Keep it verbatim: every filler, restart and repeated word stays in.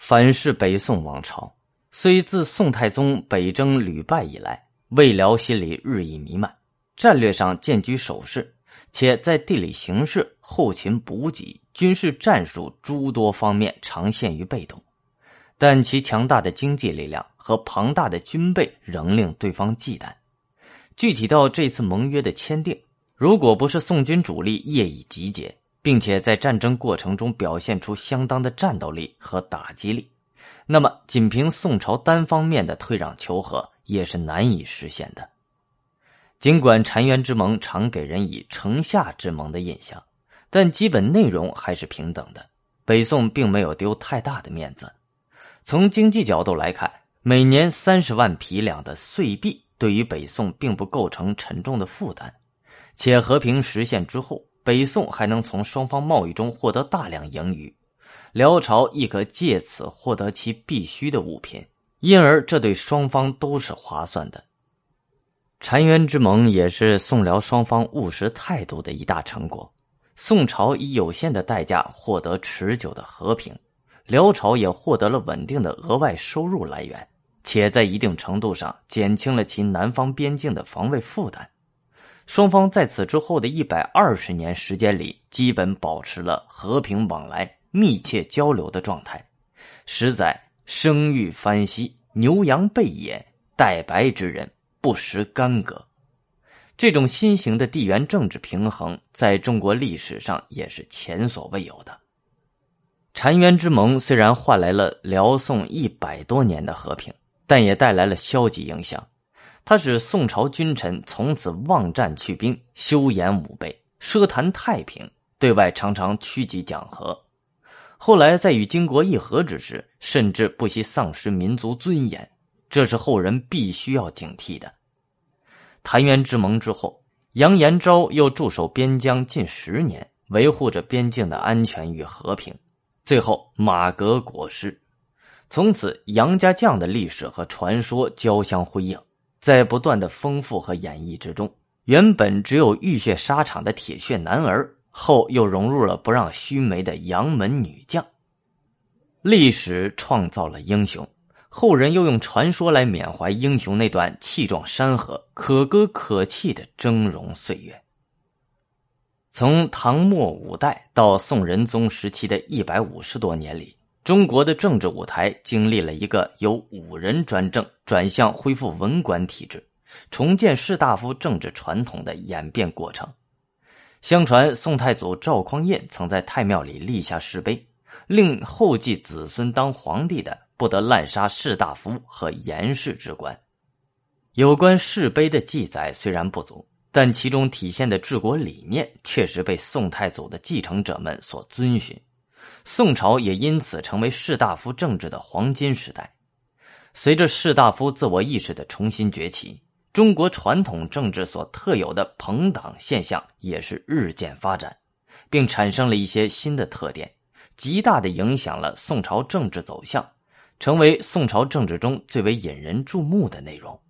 反是北宋王朝，虽自宋太宗北征屡败以来，魏辽心里日益弥漫，战略上渐居首势，且在地理形势、后勤补给、军事战术诸多方面常陷于被动，但其强大的经济力量和庞大的军备仍令对方忌惮。具体到这次盟约的签订，如果不是宋军主力业已集结，并且在战争过程中表现出相当的战斗力和打击力，那么仅凭宋朝单方面的退让求和也是难以实现的。尽管澶渊之盟常给人以城下之盟的印象，但基本内容还是平等的，北宋并没有丢太大的面子。从经济角度来看，每年三十万匹两的岁币对于北宋并不构成沉重的负担，且和平实现之后，北宋还能从双方贸易中获得大量盈余，辽朝亦可借此获得其必需的物品，因而这对双方都是划算的。澶渊之盟也是宋辽双方务实态度的一大成果，宋朝以有限的代价获得持久的和平，辽朝也获得了稳定的额外收入来源，且在一定程度上减轻了其南方边境的防卫负担。双方在此之后的一百二十年时间里，基本保持了和平往来、密切交流的状态，实在生育番息，牛羊备野，待白之人，不食干戈。这种新型的地缘政治平衡在中国历史上也是前所未有的。澶渊之盟虽然换来了辽宋一百多年的和平，但也带来了消极影响。它使宋朝君臣从此望战去兵，休言武备，奢谈太平，对外常常屈己讲和。后来在与金国议和之时，甚至不惜丧失民族尊严，这是后人必须要警惕的。澶渊之盟之后，杨延昭又驻守边疆近十年，维护着边境的安全与和平，最后马革裹尸。从此杨家将的历史和传说交相辉映，在不断的丰富和演绎之中，原本只有浴血沙场的铁血男儿，后又融入了不让须眉的杨门女将。历史创造了英雄，后人又用传说来缅怀英雄那段气壮山河、可歌可泣的峥嵘岁月。从唐末五代到宋仁宗时期的一百五十多年里，中国的政治舞台经历了一个由武人专政转向恢复文官体制、重建士大夫政治传统的演变过程。相传宋太祖赵匡胤曾在太庙里立下誓碑，令后继子孙当皇帝的不得滥杀士大夫和言事之官。有关誓碑的记载虽然不足，但其中体现的治国理念确实被宋太祖的继承者们所遵循，宋朝也因此成为士大夫政治的黄金时代。随着士大夫自我意识的重新崛起，中国传统政治所特有的朋党现象也是日渐发展，并产生了一些新的特点，极大地影响了宋朝政治走向，成为宋朝政治中最为引人注目的内容。